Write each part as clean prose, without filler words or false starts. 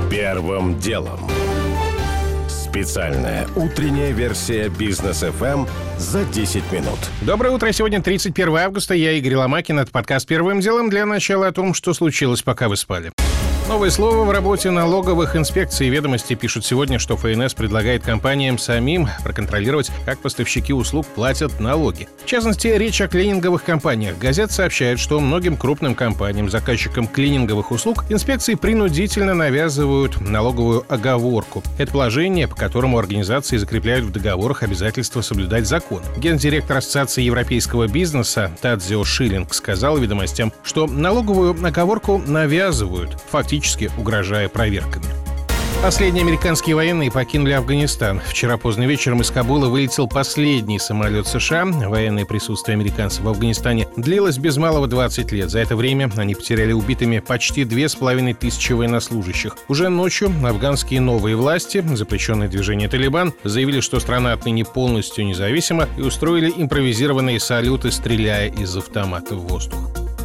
Первым делом. Специальная утренняя версия Бизнес ФМ за 10 минут. Доброе утро. Сегодня 31 августа. Я Игорь Ломакин. Это подкаст «Первым делом». Для начала о том, что случилось, пока вы спали. Новое слово в работе налоговых инспекций. Ведомости пишут сегодня, что ФНС предлагает компаниям самим проконтролировать, как поставщики услуг платят налоги. В частности, речь о клининговых компаниях. Газета сообщает, что многим крупным компаниям, заказчикам клининговых услуг, инспекции принудительно навязывают налоговую оговорку. Это положение, по которому организации закрепляют в договорах обязательство соблюдать закон. Гендиректор Ассоциации европейского бизнеса Тадзио Шиллинг сказал ведомостям, что налоговую оговорку навязывают, фактически угрожая проверками. Последние американские военные покинули Афганистан. Вчера поздно вечером из Кабула вылетел последний самолет США. Военное присутствие американцев в Афганистане длилось без малого 20 лет. За это время они потеряли убитыми почти 2500 военнослужащих. Уже ночью афганские новые власти, запрещенное движение «Талибан», заявили, что страна отныне полностью независима, и устроили импровизированные салюты, стреляя из автоматов в воздух.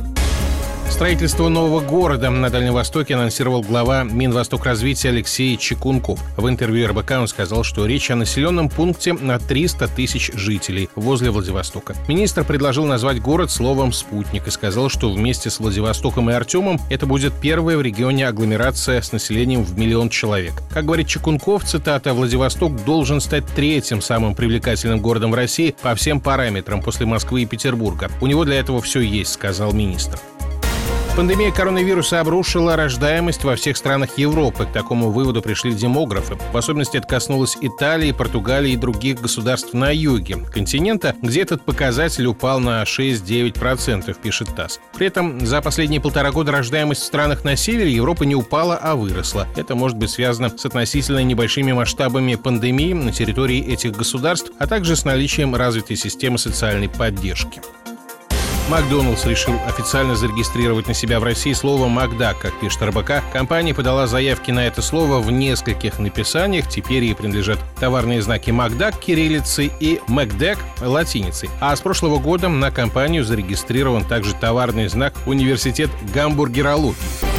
Строительство нового города на Дальнем Востоке анонсировал глава Минвостокразвития Алексей Чекунков. В интервью РБК он сказал, что речь о населенном пункте на 300 тысяч жителей возле Владивостока. Министр предложил назвать город словом «спутник» и сказал, что вместе с Владивостоком и Артемом это будет первая в регионе агломерация с населением в 1 миллион человек. Как говорит Чекунков, цитата, «Владивосток должен стать третьим самым привлекательным городом в России по всем параметрам после Москвы и Петербурга. У него для этого все есть», сказал министр. Пандемия коронавируса обрушила рождаемость во всех странах Европы. К такому выводу пришли демографы. В особенности это коснулось Италии, Португалии и других государств на юге континента, где этот показатель упал на 6-9%, пишет ТАСС. При этом за последние 1,5 года рождаемость в странах на севере Европы не упала, а выросла. Это может быть связано с относительно небольшими масштабами пандемии на территории этих государств, а также с наличием развитой системы социальной поддержки. Макдоналдс решил официально зарегистрировать на себя в России слово «Макдак». Как пишет РБК, компания подала заявки на это слово в нескольких написаниях. Теперь ей принадлежат товарные знаки «Макдак» кириллицей и «Макдэк» латиницей. А с прошлого года на компанию зарегистрирован также товарный знак «Университет гамбургерологии».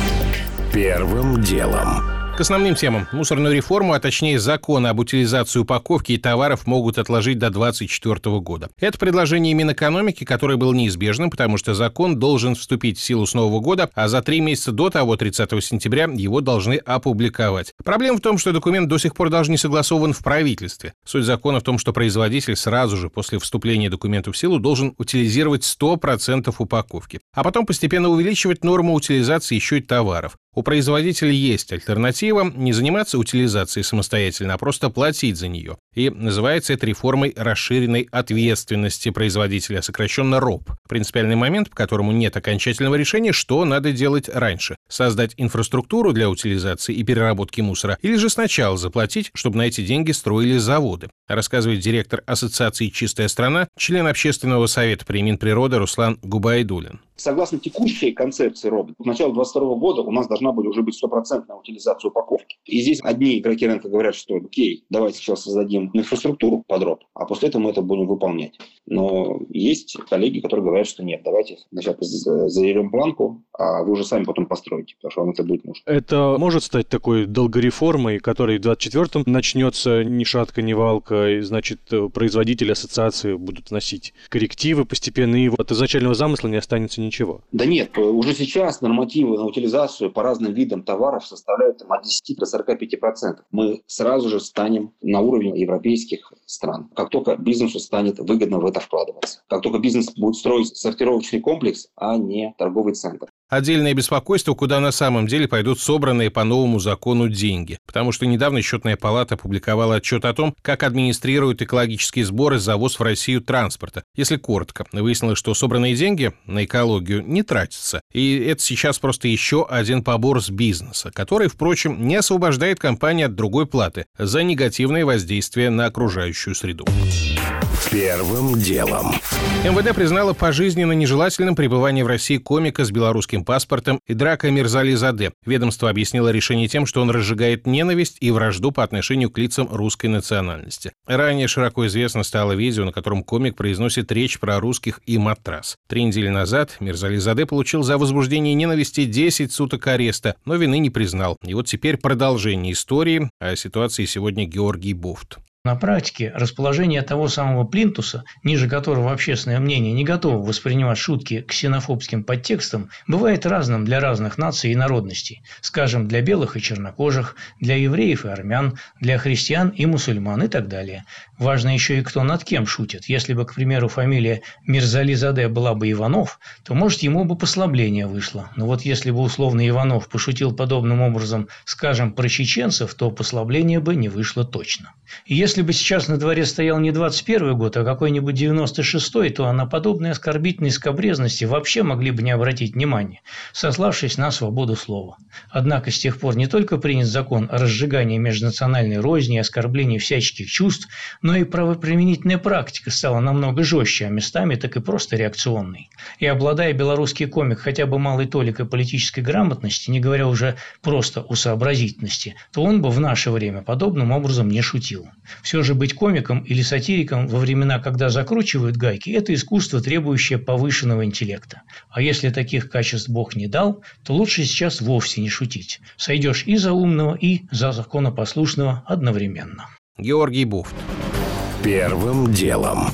Первым делом. К основным темам. Мусорную реформу, а точнее закон об утилизации упаковки и товаров могут отложить до 2024 года. Это предложение Минэкономики, которое было неизбежным, потому что закон должен вступить в силу с Нового года, а за 3 месяца до того, 30 сентября, его должны опубликовать. Проблема в том, что документ до сих пор даже не согласован в правительстве. Суть закона в том, что производитель сразу же после вступления документа в силу должен утилизировать 100% упаковки, а потом постепенно увеличивать норму утилизации еще и товаров. У производителя есть альтернатива не заниматься утилизацией самостоятельно, а просто платить за нее. И называется это реформой расширенной ответственности производителя, сокращенно РОП. Принципиальный момент, по которому нет окончательного решения, что надо делать раньше. Создать инфраструктуру для утилизации и переработки мусора, или же сначала заплатить, чтобы на эти деньги строили заводы, рассказывает директор Ассоциации «Чистая страна», член Общественного совета при Минприроды Руслан Губайдуллин. Согласно текущей концепции РОП, к началу 2022 года у нас должна была уже быть 100% утилизация упаковки. И здесь одни игроки рынка говорят, что окей, давайте сейчас создадим инфраструктуру под РОП, а после этого мы это будем выполнять. Но есть коллеги, которые говорят, что нет, давайте сначала заявим планку, а вы уже сами потом построите, потому что вам это будет нужно. Это может стать такой долгореформой, которой в 2024-м начнется ни шатка, ни валка, и, значит, производители ассоциации будут вносить коррективы постепенно, и от изначального замысла не останется ничего. Да нет, уже сейчас нормативы на утилизацию по разным видам товаров составляют от 10 до 45%. Мы сразу же станем на уровень европейских стран. Как только бизнесу станет выгодно в это вкладываться. Как только бизнес будет строить сортировочный комплекс, а не торговый центр. Отдельное беспокойство, куда на самом деле пойдут собранные по новому закону деньги. Потому что недавно Счетная палата опубликовала отчет о том, как администрируют экологические сборы за завоз в Россию транспорта. Если коротко, выяснилось, что собранные деньги на экологию не тратятся. И это сейчас просто еще один побор с бизнеса, который, впрочем, не освобождает компанию от другой платы за негативное воздействие на окружающую среду. Первым делом. МВД признала пожизненно нежелательным пребывание в России комика с белорусским паспортом Идрака Мирзализаде. Ведомство объяснило решение тем, что он разжигает ненависть и вражду по отношению к лицам русской национальности. Ранее широко известно стало видео, на котором комик произносит речь про русских и матрас. 3 недели назад Мирзализаде получил за возбуждение ненависти 10 суток ареста, но вины не признал. И вот теперь продолжение истории, о ситуации сегодня Георгий Бофт. На практике расположение того самого плинтуса, ниже которого общественное мнение не готово воспринимать шутки ксенофобским подтекстом, бывает разным для разных наций и народностей. Скажем, для белых и чернокожих, для евреев и армян, для христиан и мусульман и так далее. Важно еще и кто над кем шутит. Если бы, к примеру, фамилия Мирзализаде была бы Иванов, то, может, ему бы послабление вышло. Но вот если бы условно Иванов пошутил подобным образом, скажем, про чеченцев, то послабление бы не вышло точно. И если бы сейчас на дворе стоял не 21 год, а какой-нибудь 96-й, то на подобные оскорбительные скабрезности вообще могли бы не обратить внимания, сославшись на свободу слова. Однако с тех пор не только принят закон о разжигании межнациональной розни и оскорблении всяческих чувств, но и правоприменительная практика стала намного жестче, а местами так и просто реакционной. И обладая белорусский комик хотя бы малой толикой политической грамотности, не говоря уже просто о сообразительности, то он бы в наше время подобным образом не шутил. Все же быть комиком или сатириком во времена, когда закручивают гайки, это искусство, требующее повышенного интеллекта. А если таких качеств Бог не дал, то лучше сейчас вовсе не шутить. Сойдешь и за умного, и за законопослушного одновременно. Георгий Бофт. Первым делом.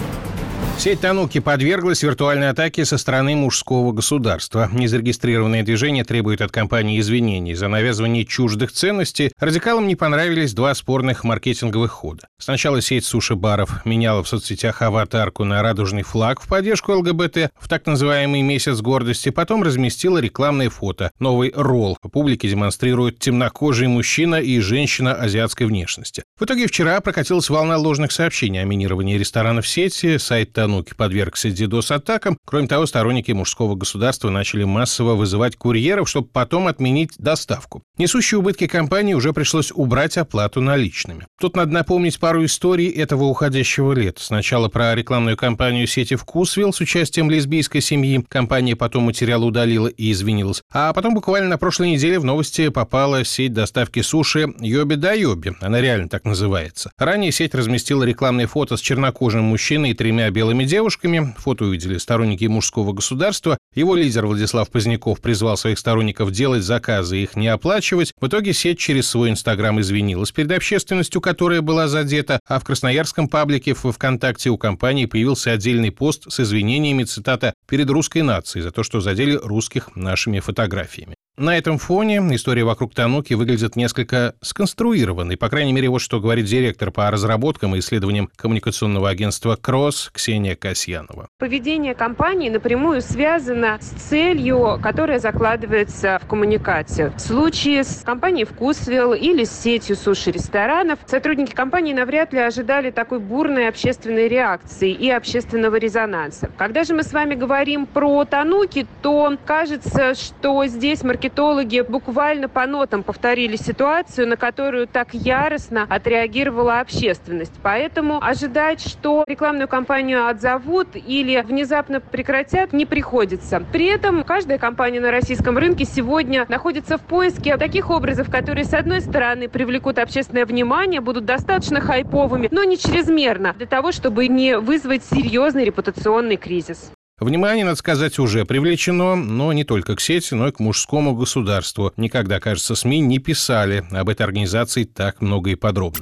Сеть Тануки подверглась виртуальной атаке со стороны мужского государства. Незарегистрированное движение требует от компании извинений за навязывание чуждых ценностей. Радикалам не понравились 2 спорных маркетинговых хода. Сначала сеть суши-баров меняла в соцсетях аватарку на радужный флаг в поддержку ЛГБТ в так называемый «Месяц гордости», потом разместила рекламное фото. Новый ролл публике демонстрирует темнокожий мужчина и женщина азиатской внешности. В итоге вчера прокатилась волна ложных сообщений о минировании ресторанов сети. Сайт Тануки подвергся DDoS-атакам. Кроме того, сторонники мужского государства начали массово вызывать курьеров, чтобы потом отменить доставку. Несущие убытки компании уже пришлось убрать оплату наличными. Тут надо напомнить пару историй этого уходящего лета. Сначала про рекламную кампанию сети «Вкусвилл» с участием лесбийской семьи. Компания потом материал удалила и извинилась. А потом буквально на прошлой неделе в новости попала сеть доставки суши «Йоби да Йоби». Она реально так называется. Ранее сеть разместила рекламное фото с чернокожим мужчиной и 3 белыми девушками. Фото увидели сторонники мужского государства. Его лидер Владислав Поздняков призвал своих сторонников делать заказы и их не оплачивать. В итоге сеть через свой Инстаграм извинилась перед общественностью, которая была задета, а в красноярском паблике в ВКонтакте у компании появился отдельный пост с извинениями, цитата, «перед русской нацией за то, что задели русских нашими фотографиями». На этом фоне история вокруг Тануки выглядит несколько сконструированной. По крайней мере, вот что говорит директор по разработкам и исследованиям коммуникационного агентства «Кросс» Ксения Касьянова. Поведение компании напрямую связано с целью, которая закладывается в коммуникацию. В случае с компанией «Вкусвилл» или с сетью суши-ресторанов сотрудники компании навряд ли ожидали такой бурной общественной реакции и общественного резонанса. Когда же мы с вами говорим про Тануки, то кажется, что здесь маркетологи буквально по нотам повторили ситуацию, на которую так яростно отреагировала общественность. Поэтому ожидать, что рекламную кампанию отзовут или внезапно прекратят, не приходится. При этом каждая компания на российском рынке сегодня находится в поиске таких образов, которые, с одной стороны, привлекут общественное внимание, будут достаточно хайповыми, но не чрезмерно, для того, чтобы не вызвать серьезный репутационный кризис. Внимание, надо сказать, уже привлечено, но не только к сети, но и к мужскому государству. Никогда, кажется, СМИ не писали об этой организации так много и подробно.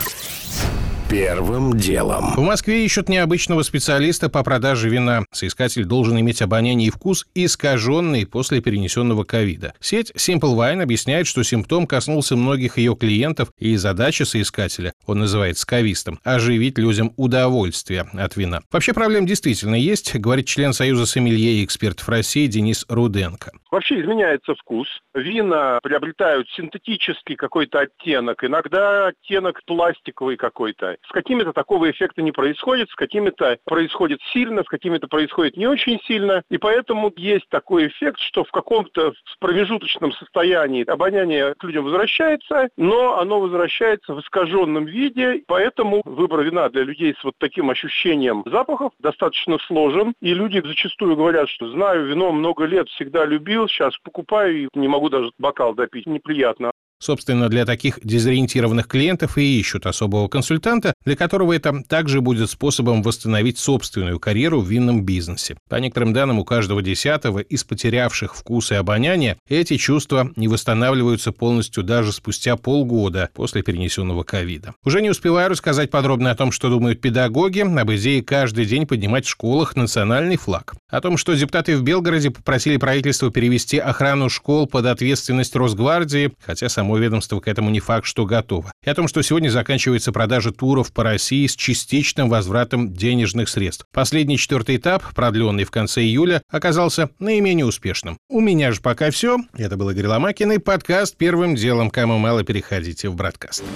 Первым делом. В Москве ищут необычного специалиста по продаже вина. Соискатель должен иметь обоняние и вкус, искаженный после перенесенного ковида. Сеть Simple Wine объясняет, что симптом коснулся многих ее клиентов, и задача соискателя, он называется ковистом, оживить людям удовольствие от вина. Вообще проблем действительно есть, говорит член Союза сомелье и экспертов России Денис Руденко. Вообще изменяется вкус. Вина приобретают синтетический какой-то оттенок, иногда оттенок пластиковый какой-то. разное. С какими-то такого эффекта не происходит, с какими-то происходит сильно, с какими-то происходит не очень сильно. И поэтому есть такой эффект, что в каком-то промежуточном состоянии обоняние к людям возвращается, но оно возвращается в искаженном виде. Поэтому выбор вина для людей с вот таким ощущением запахов достаточно сложен. И люди зачастую говорят, что знаю вино много лет, всегда любил, сейчас покупаю и не могу даже бокал допить. Неприятно. Собственно, для таких дезориентированных клиентов и ищут особого консультанта, для которого это также будет способом восстановить собственную карьеру в винном бизнесе. По некоторым данным, у каждого 10-го из потерявших вкус и обоняние эти чувства не восстанавливаются полностью даже спустя полгода после перенесенного ковида. Уже не успеваю рассказать подробно о том, что думают педагоги, об идее каждый день поднимать в школах национальный флаг. О том, что депутаты в Белгороде попросили правительство перевести охрану школ под ответственность Росгвардии, хотя само ведомство к этому не факт, что готово. И о том, что сегодня заканчивается продажа туров по России с частичным возвратом денежных средств. Последний 4-й этап, продленный в конце июля, оказался наименее успешным. У меня же пока все. Это был Игорь Ломакин и подкаст «Первым делом». Кому мало, переходите в Бродкаст.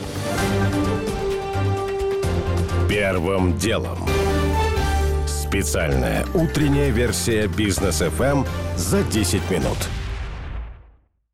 Первым делом. Специальная утренняя версия Бизнес ФМ за 10 минут.